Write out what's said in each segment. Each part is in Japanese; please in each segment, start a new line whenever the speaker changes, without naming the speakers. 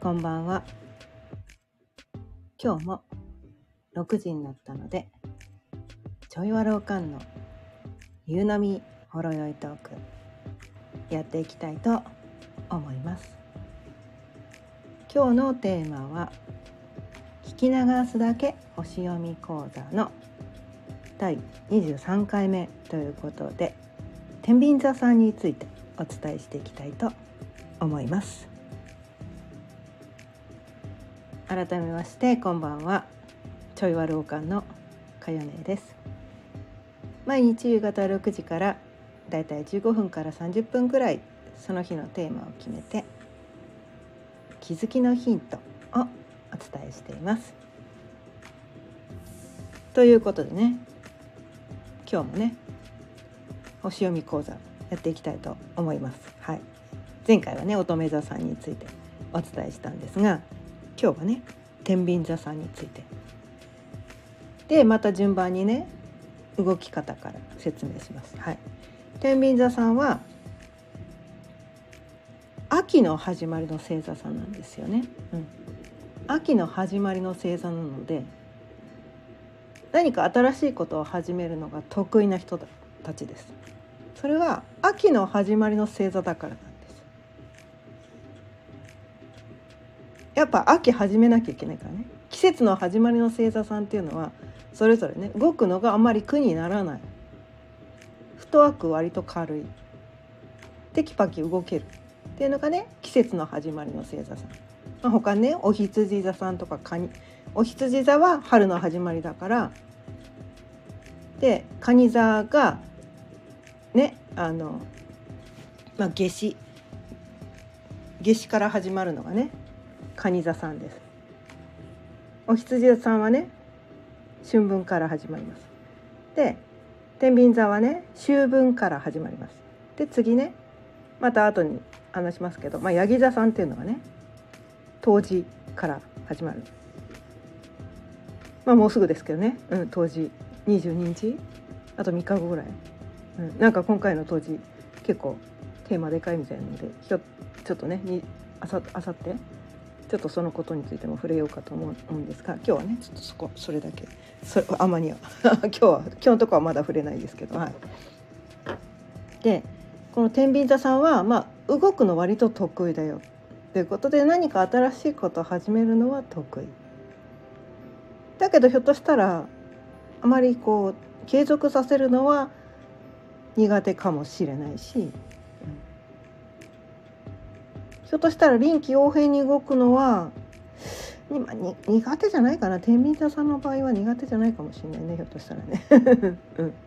こんばんは。今日も6時になったので、ちょいわろうかんの夕飲みほろよいトークやっていきたいと思います。今日のテーマは聞き流すだけ星読み講座の第23回目ということで、天秤座さんについてお伝えしていきたいと思います。改めましてこんばんは。ちょいわろうかんのかよねです。毎日夕方6時からだいたい15分から30分くらい、その日のテーマを決めて気づきのヒントをお伝えしています。ということでね、今日もね星読み講座やっていきたいと思います。はい、前回はね乙女座さんについてお伝えしたんですが、今日はね天秤座さんについてで、また順番にね動き方から説明します。はい、天秤座さんは秋の始まりの星座さんなんですよね。秋の始まりの星座なので、何か新しいことを始めるのが得意な人たちです。それは秋の始まりの星座だからなんです。やっぱ秋始めなきゃいけないからね。季節の始まりの星座さんっていうのはそれぞれね、動くのがあんまり苦にならない、フットワーク割と軽い、テキパキ動けるっていうのがね季節の始まりの星座さん。他ねお羊座さんとかお羊座は春の始まりだから、で蟹座がね夏至から始まるのがね蟹座さんです。お羊座さんはね春分から始まります。で天秤座はね秋分から始まります。で次ねまた後に話しますけど、ヤギ座さんっていうのはね冬至から始まる。もうすぐですけどね、冬至22日あと3日後ぐらい、なんか今回の冬至結構テーマでかいみたいなので、ちょっとねあさってちょっとそのことについても触れようかと思うんですが、今日はねちょっとそれだけあまりは今日のところはまだ触れないですけど、はい。でこの天秤座さんは動くの割と得意だよということで、何か新しいことを始めるのは得意だけど、ひょっとしたらあまり継続させるのは苦手かもしれないし、ひょっとしたら臨機応変に動くのは苦手じゃないかな。天秤座さんの場合は苦手じゃないかもしれないね、ひょっとしたらね、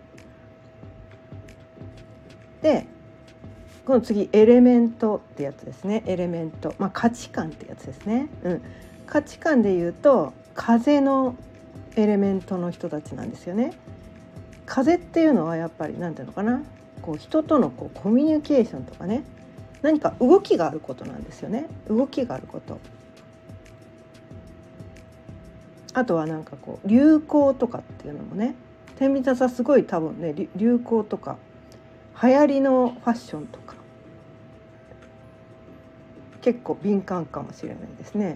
でこの次エレメントってやつですね。エレメント、価値観ってやつですね。価値観でいうと風のエレメントの人たちなんですよね。風っていうのはやっぱりなんていうのかな、人とのコミュニケーションとかね、何か動きがあることなんですよね。動きがあること、あとはなんか流行とかっていうのもね、天秤座さんすごい多分ね流行とか流行りのファッションとか結構敏感かもしれないですね。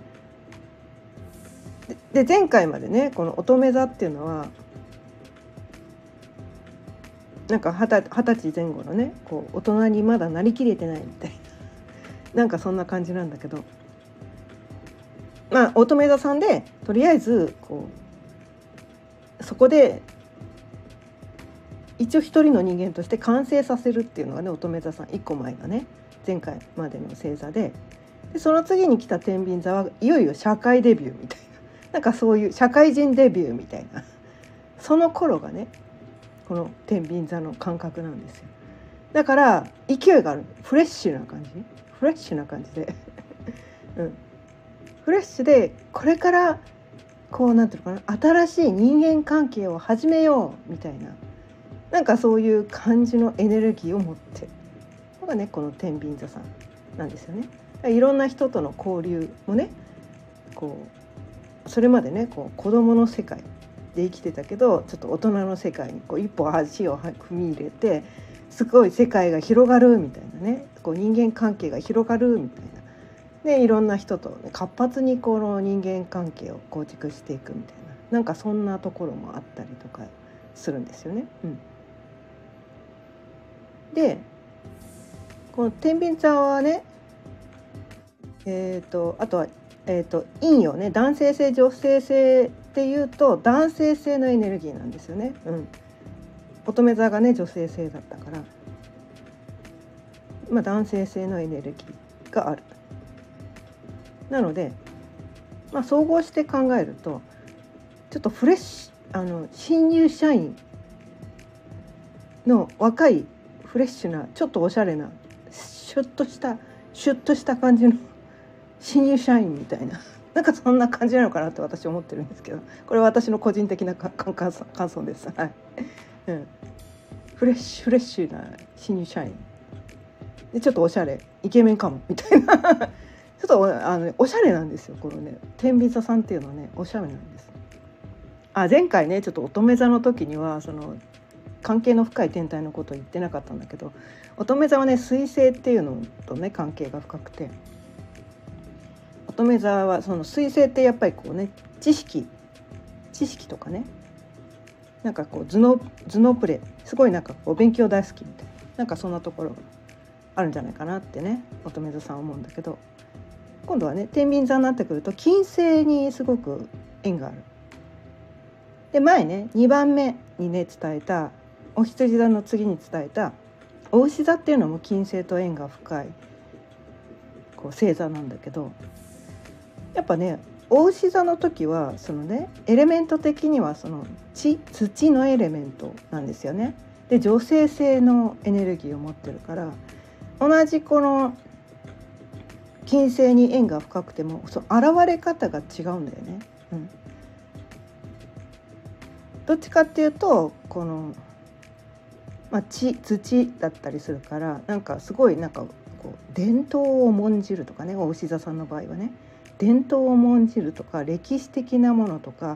で前回までねこの乙女座っていうのはなんか20歳前後のね大人にまだなりきれてないみたいな、なんかそんな感じなんだけど、乙女座さんでとりあえずそこで一応一人の人間として完成させるっていうのがね乙女座さん1個前がね前回までの星座で、その次に来た天秤座はいよいよ社会デビューみたいな、なんかそういう社会人デビューみたいな、その頃がねこの天秤座の感覚なんですよ。だから勢いがある、フレッシュな感じでフレッシュでこれからなんていうのかな、新しい人間関係を始めようみたいな、なんかそういう感じのエネルギーを持ってるのがねこの天秤座さんなんですよね。いろんな人との交流もねそれまでね子供の世界で生きてたけど、ちょっと大人の世界に一歩足を踏み入れて、すごい世界が広がるみたいなね、人間関係が広がるみたいな、 でいろんな人と、ね、活発にこの人間関係を構築していくみたいな、なんかそんなところもあったりとかするんですよね。でこの天秤座はね、あとは、陰よね、男性性女性性っていうと男性性のエネルギーなんですよね。乙女座がね女性性だったから、男性性のエネルギーがある。なので、総合して考えるとちょっとフレッシュ新入社員の若いフレッシュなちょっとおしゃれなシュッとした感じの新入社員みたいな、なんかそんな感じなのかなって私思ってるんですけど、これは私の個人的な感想です。はい、フレッシュな新入社員でちょっとおしゃれイケメンかもみたいなちょっとおしゃれなんですよこのね天秤座さんっていうのはねおしゃれなんです。前回ねちょっと乙女座の時にはその関係の深い天体のことを言ってなかったんだけど、乙女座はね水星っていうのとね関係が深くて、乙女座はその水星ってやっぱりこうね知識とかね、なんかこう頭脳プレイすごいなんかこう勉強大好きみたいな、なんかそんなところがあるんじゃないかなってね乙女座さん思うんだけど、今度はね天秤座になってくると金星にすごく縁がある。で前ね2番目にね伝えたお羊座の次に伝えたお牛座っていうのも金星と縁が深いこう星座なんだけど、やっぱねお牛座の時はそのねエレメント的にはその土のエレメントなんですよね。で女性性のエネルギーを持ってるから同じこの金星に縁が深くてもその現れ方が違うんだよね。どっちかっていうとこの、土だったりするからなんかすごいなんかこう伝統を重んじるとかね、お牛座さんの場合はね伝統を重んじるとか歴史的なものとか、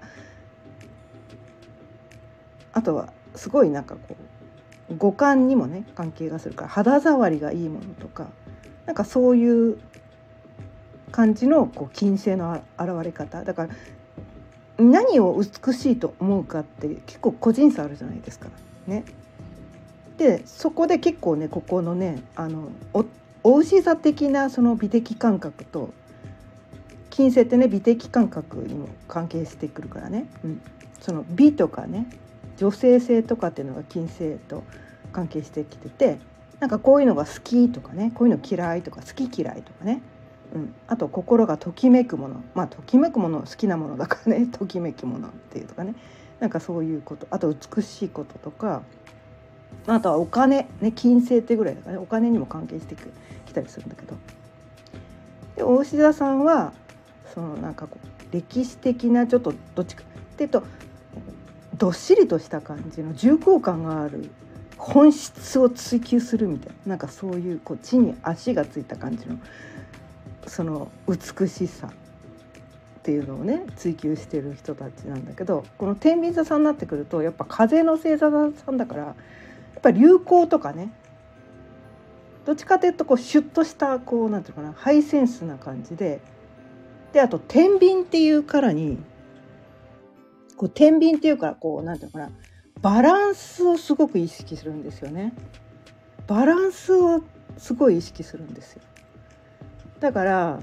あとはすごいなんかこう五感にもね関係がするから肌触りがいいものとか、なんかそういう感じのこう金星の現れ方だから、何を美しいと思うかって結構個人差あるじゃないですかね。でそこで結構ねここのねお牛座的なその美的感覚と金星ってね美的感覚にも関係してくるからね、その美とかね女性性とかっていうのが金星と関係してきてて、なんかこういうのが好きとかねこういうの嫌いとか好き嫌いとかね、あと心がときめくもの、ときめくもの好きなものだからねときめくものっていうとかね、なんかそういうこと、あと美しいこととか、あとはお金ね金星ってぐらいだからねお金にも関係してきたりするんだけど、で大志田さんはそのなんかこう歴史的なちょっとどっちかっていうとどっしりとした感じの重厚感がある本質を追求するみたいな、なんかそういうこう地に足がついた感じのその美しさっていうのをね追求してる人たちなんだけど、この天秤座さんになってくるとやっぱ風の星座さんだからやっぱり流行とかね、どっちかというとこうシュッとしたこうなんていうのかなハイセンスな感じで、あと天秤っていうからにこう天秤っていうからこうなんていうのかなバランスをすごく意識するんですよね。バランスをすごい意識するんですよ。だから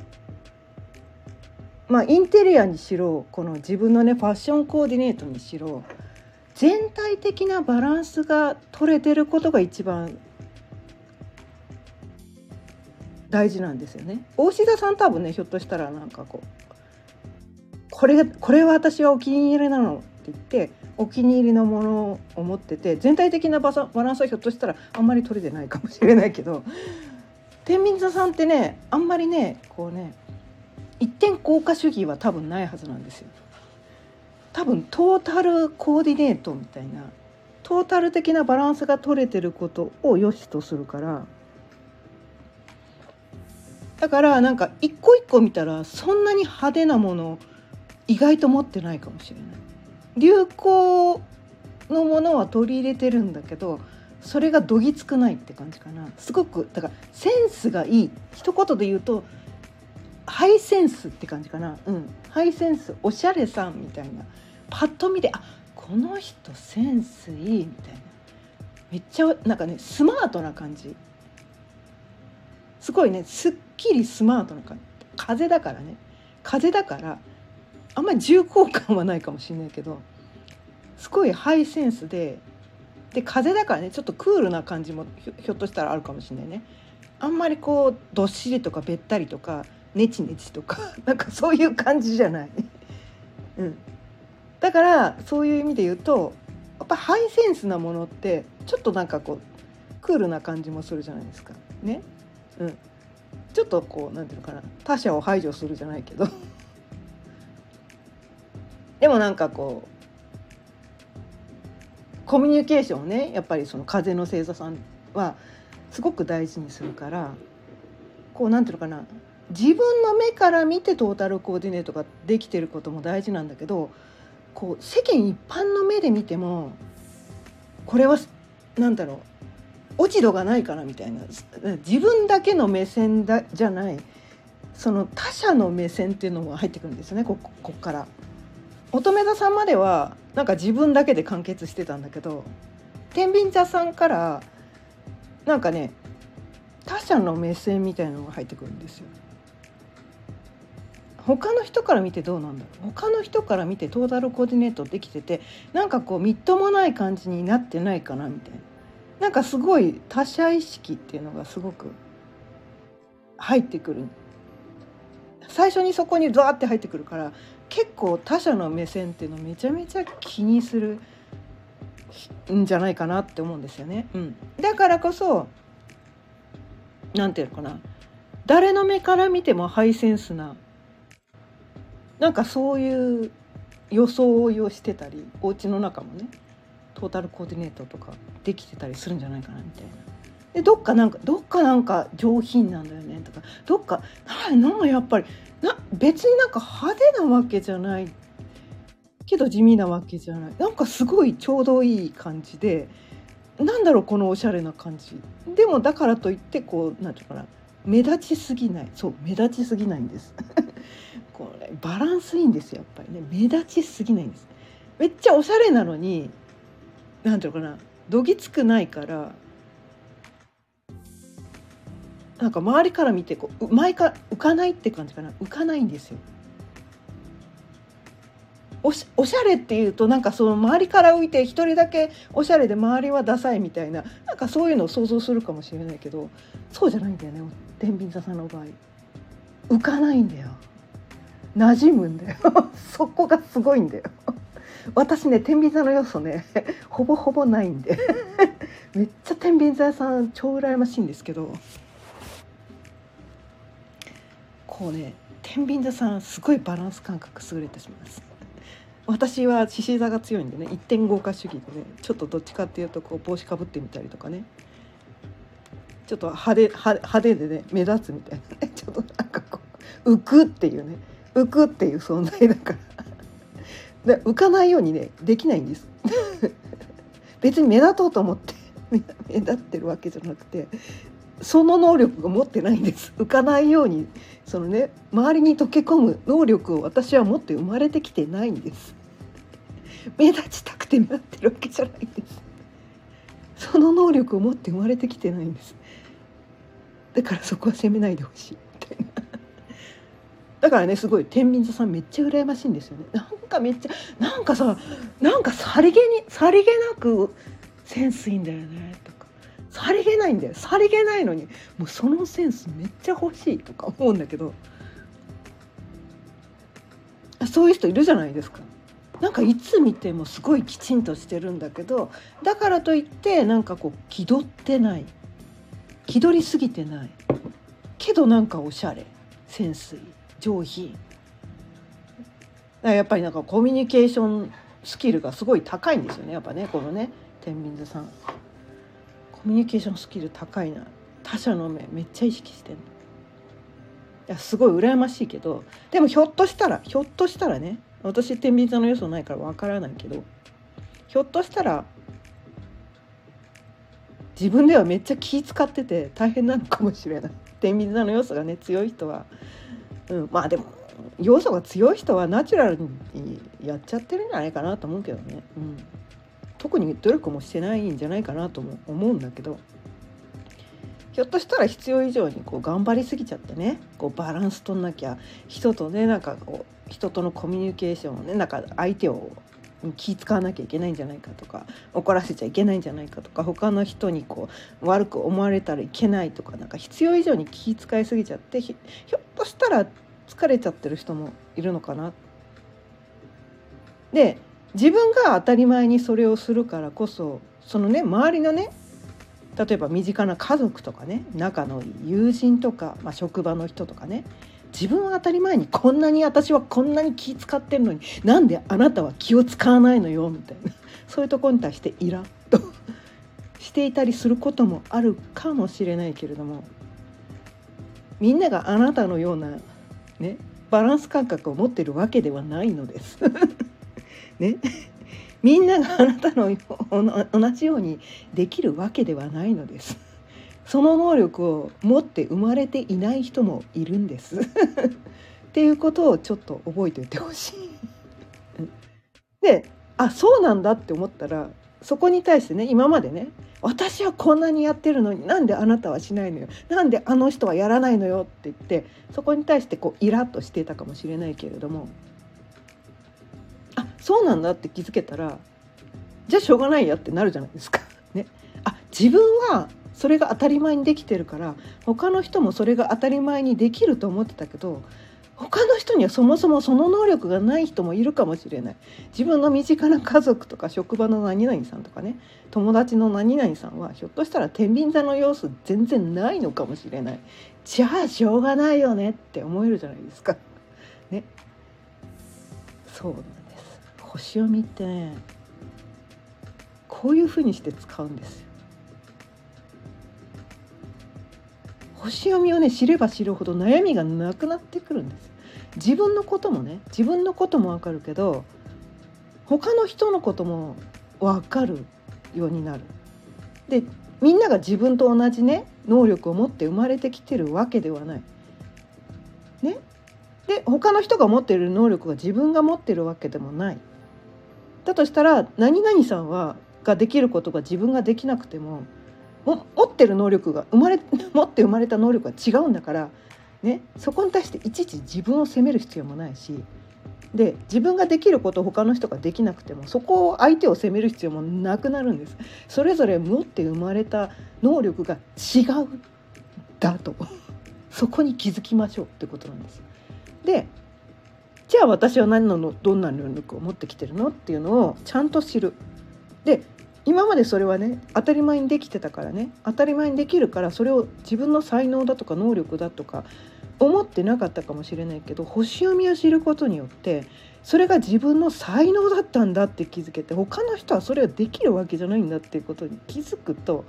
インテリアにしろこの自分のねファッションコーディネートにしろ全体的なバランスが取れてることが一番大事なんですよね。大志田さん多分ねひょっとしたらなんかこうこれは私はお気に入りなのって言ってお気に入りのものを持ってて全体的なバランスはひょっとしたらあんまり取れてないかもしれないけど、天秤座さんってねあんまりねこうね一点効果主義は多分ないはずなんですよ。多分トータルコーディネートみたいなトータル的なバランスが取れてることを良しとするから、だからなんか一個一個見たらそんなに派手なもの意外と持ってないかもしれない。流行のものは取り入れてるんだけどそれがどぎつくないって感じかな。すごくだからセンスがいい、一言で言うとハイセンスって感じかな、ハイセンス、おしゃれさんみたいな、パッと見でこの人センスいいみたいな、めっちゃなんかねスマートな感じ、すごいねすっきりスマートな感じ。風だからね、風だからあんまり重厚感はないかもしれないけど、すごいハイセンスで風だからねちょっとクールな感じもひょっとしたらあるかもしれないね。あんまりこうどっしりとかべったりとかネチネチとかなんかそういう感じじゃない、だからそういう意味で言うとやっぱハイセンスなものってちょっとなんかこうクールな感じもするじゃないですかね、ちょっとこうなんていうのかな、他者を排除するじゃないけどでもなんかこうコミュニケーションをねやっぱりその風の星座さんはすごく大事にするから、こうなんていうのかな、自分の目から見てトータルコーディネートができてることも大事なんだけど、こう世間一般の目で見てもこれはなんだろう、落ち度がないかなみたいな、自分だけの目線じゃない、その他者の目線っていうのも入ってくるんですよね。こっから乙女座さんまではなんか自分だけで完結してたんだけど、天秤座さんからなんかね他者の目線みたいなのが入ってくるんですよ。他の人から見てどうなんだろう、他の人から見てトータルコーディネートできててなんかこうみっともない感じになってないかなみたいな、なんかすごい他者意識っていうのがすごく入ってくる、最初にそこにドワーって入ってくるから、結構他者の目線っていうのをめちゃめちゃ気にするんじゃないかなって思うんですよね、だからこそなんていうのかな、誰の目から見てもハイセンスな、なんかそういう装いをしてたり、お家の中もねトータルコーディネートとかできてたりするんじゃないかなみたいな。でどっかなんか上品なんだよねとか、どっかなんかやっぱり別になんか派手なわけじゃないけど地味なわけじゃない、なんかすごいちょうどいい感じで、なんだろうこのおしゃれな感じでもだからといってこうなんていうかな、目立ちすぎない、そう目立ちすぎないんですこれバランスいいんですよやっぱりね、目立ちすぎないんです。めっちゃおしゃれなのになんていうのかな、どぎつくないから、なんか周りから見てこう前から浮かないって感じかな、浮かないんですよ。おしゃれっていうとなんかその周りから浮いて一人だけおしゃれで周りはダサいみたいな、なんかそういうのを想像するかもしれないけど、そうじゃないんだよね天秤座さんの場合。浮かないんだよ、馴染むんだよそこがすごいんだよ私ね天秤座の要素ねほぼほぼないんでめっちゃ天秤座さん超羨ましいんですけど、こうね天秤座さんすごいバランス感覚優れてしまいます。私は獅子座が強いんでね、一点豪華主義でね、ちょっとどっちかっていうとこう帽子かぶってみたりとかね、ちょっと派手でね目立つみたいなね、ちょっとなんかこう浮くっていうね、浮くっていう存在だからで浮かないようにねできないんです別に目立とうと思って目立ってるわけじゃなくて、その能力が持ってないんです。浮かないようにそのね周りに溶け込む能力を私は持って生まれてきてないんです。目立ちたくてなってるわけじゃないんです。その能力を持って生まれてきてないんです。だからそこは責めないでほしいみたいな。だからねすごい天秤座さんめっちゃ羨ましいんですよね。なんかめっちゃなんかさ、なんかさりげなくセンスいいんだよねとか、さりげないんだよ、さりげないのにもうそのセンスめっちゃ欲しいとか思うんだけど、そういう人いるじゃないですか。なんかいつ見てもすごいきちんとしてるんだけど、だからといってなんかこう気取ってない、気取りすぎてないけどなんかおしゃれ、センスいい、上品。やっぱりなんかコミュニケーションスキルがすごい高いんですよねやっぱね、このね天秤座さんコミュニケーションスキル高いな、他者の目めっちゃ意識してる。いやすごい羨ましいけど、でもひょっとしたらね、私天秤座の要素ないからわからないけど、ひょっとしたら自分ではめっちゃ気使ってて大変なのかもしれない。天秤座の要素がね強い人はまあでも要素が強い人はナチュラルにやっちゃってるんじゃないかなと思うけどね、特に努力もしてないんじゃないかなとも思うんだけど、ひょっとしたら必要以上にこう頑張りすぎちゃってね、こうバランス取んなきゃ、人とね、なんかこう人とのコミュニケーションをね、なんか相手を気使わなきゃいけないんじゃないかとか、怒らせちゃいけないんじゃないかとか、他の人にこう悪く思われたらいけないとか、なんか必要以上に気使いすぎちゃって、ひょっとしたら疲れちゃってる人もいるのかな。で、自分が当たり前にそれをするからこそ、そのね、周りのね、例えば身近な家族とかね、仲のいい友人とか、職場の人とかね、自分は当たり前に私はこんなに気使ってるのに、なんであなたは気を使わないのよみたいな、そういうところに対してイラッとしていたりすることもあるかもしれないけれども、みんながあなたのようなね、バランス感覚を持っているわけではないのですね、みんながあなたの同じようにできるわけではないのです。その能力を持って生まれていない人もいるんですっていうことをちょっと覚えておいてほしいで、そうなんだって思ったら、そこに対してね、今までね、私はこんなにやってるのになんであなたはしないのよ、なんであの人はやらないのよって言って、そこに対してこうイラッとしていたかもしれないけれども、そうなんだって気づけたら、じゃあしょうがないやってなるじゃないですかね。自分はそれが当たり前にできてるから、他の人もそれが当たり前にできると思ってたけど、他の人にはそもそもその能力がない人もいるかもしれない。自分の身近な家族とか職場の何々さんとかね、友達の何々さんはひょっとしたら天秤座の要素全然ないのかもしれない。じゃあしょうがないよねって思えるじゃないですかね。そうなんです。星読みってね、こういう風にして使うんですよ。星読みをね、知れば知るほど悩みがなくなってくるんです。自分のことも分かるけど、他の人のことも分かるようになる。で、みんなが自分と同じね、能力を持って生まれてきてるわけではない。ね。で、他の人が持っている能力が自分が持っているわけでもない。だとしたら、何々さんができることが自分ができなくても、持ってる能力が持って生まれた能力が違うんだから、ね、そこに対していちいち自分を責める必要もないし、で、自分ができることを他の人ができなくても、そこを相手を責める必要もなくなるんです。それぞれ持って生まれた能力が違うだとそこに気づきましょうってことなんです。で、じゃあ私はどんな能力を持ってきてるのっていうのをちゃんと知る。で、今までそれはね、当たり前にできてたからね、当たり前にできるから、それを自分の才能だとか能力だとか思ってなかったかもしれないけど、星読みを知ることによってそれが自分の才能だったんだって気づけて、他の人はそれができるわけじゃないんだっていうことに気づくと、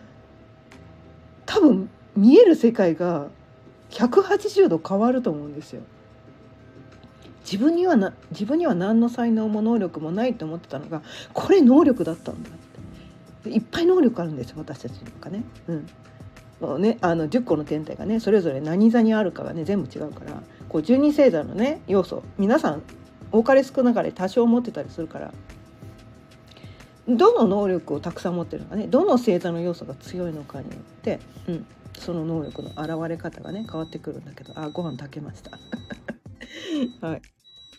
多分見える世界が180度変わると思うんですよ。自分には何の才能も能力もないと思ってたのが、これ能力だったんだって。いっぱい能力あるんですよ、私たちとかね。もうね、10個の天体がね、それぞれ何座にあるかがね、全部違うから、こう12星座のね要素、皆さん多かれ少なかれ多少持ってたりするから、どの能力をたくさん持ってるのかね、どの星座の要素が強いのかによって、その能力の現れ方がね変わってくるんだけど、ご飯炊けましたはい。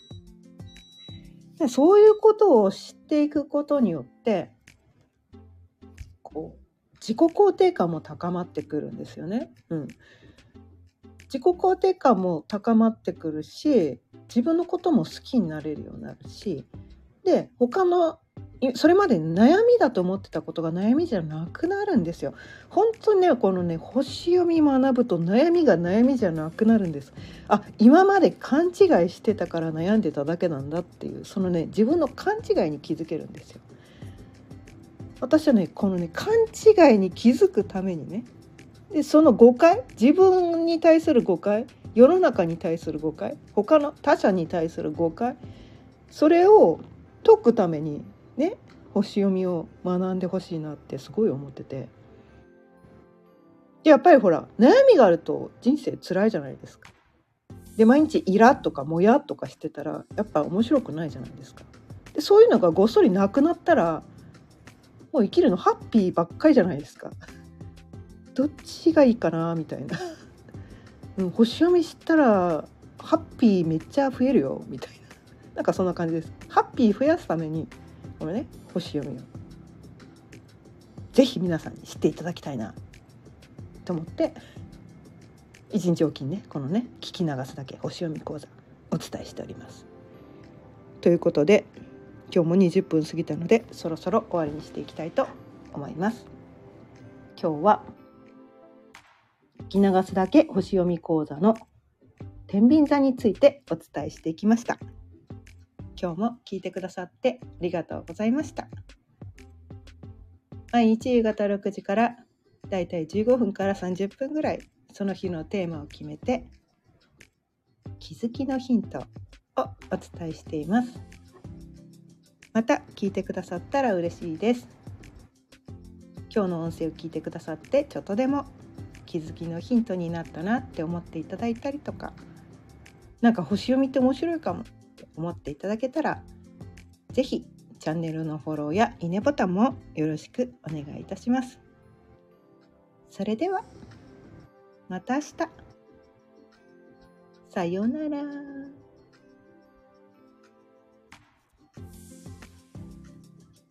で、そういうことを知っていくことによって、こう自己肯定感も高まってくるんですよね。自己肯定感も高まってくるし、自分のことも好きになれるようになるし、で、それまで悩みだと思ってたことが悩みじゃなくなるんですよ。本当にね、このね、星読み学ぶと悩みが悩みじゃなくなるんです。今まで勘違いしてたから悩んでただけなんだっていう、そのね、自分の勘違いに気づけるんですよ。私はね、このね、勘違いに気づくためにね、で、その誤解、自分に対する誤解、世の中に対する誤解、他の他者に対する誤解、それを解くためにね、星読みを学んでほしいなってすごい思ってて。やっぱりほら、悩みがあると人生辛いじゃないですか。 で毎日イラとかモヤとかしてたらやっぱ面白くないじゃないですか。でそういうのがごっそりなくなったらもう生きるのハッピーばっかりじゃないですか。どっちがいいかなみたいな、星読みしたらハッピーめっちゃ増えるよみたいな、なんかそんな感じです。ハッピー増やすためにこれね、星読みをぜひ皆さんに知っていただきたいなと思って一日おきにねこのね聞き流すだけ星読み講座お伝えしております。ということで今日も20分過ぎたのでそろそろ終わりにしていきたいと思います。今日は聞き流すだけ星読み講座の天秤座についてお伝えしていきました。今日も聞いてくださってありがとうございました。毎日夕方6時からだいたい15分から30分ぐらいその日のテーマを決めて気づきのヒントをお伝えしています。また聞いてくださったら嬉しいです。今日の音声を聞いてくださってちょっとでも気づきのヒントになったなって思っていただいたりとか、なんか星読みって面白いかもって思っていただけたらぜひチャンネルのフォローやいいねボタンもよろしくお願いいたします。それではまた明日。さようなら。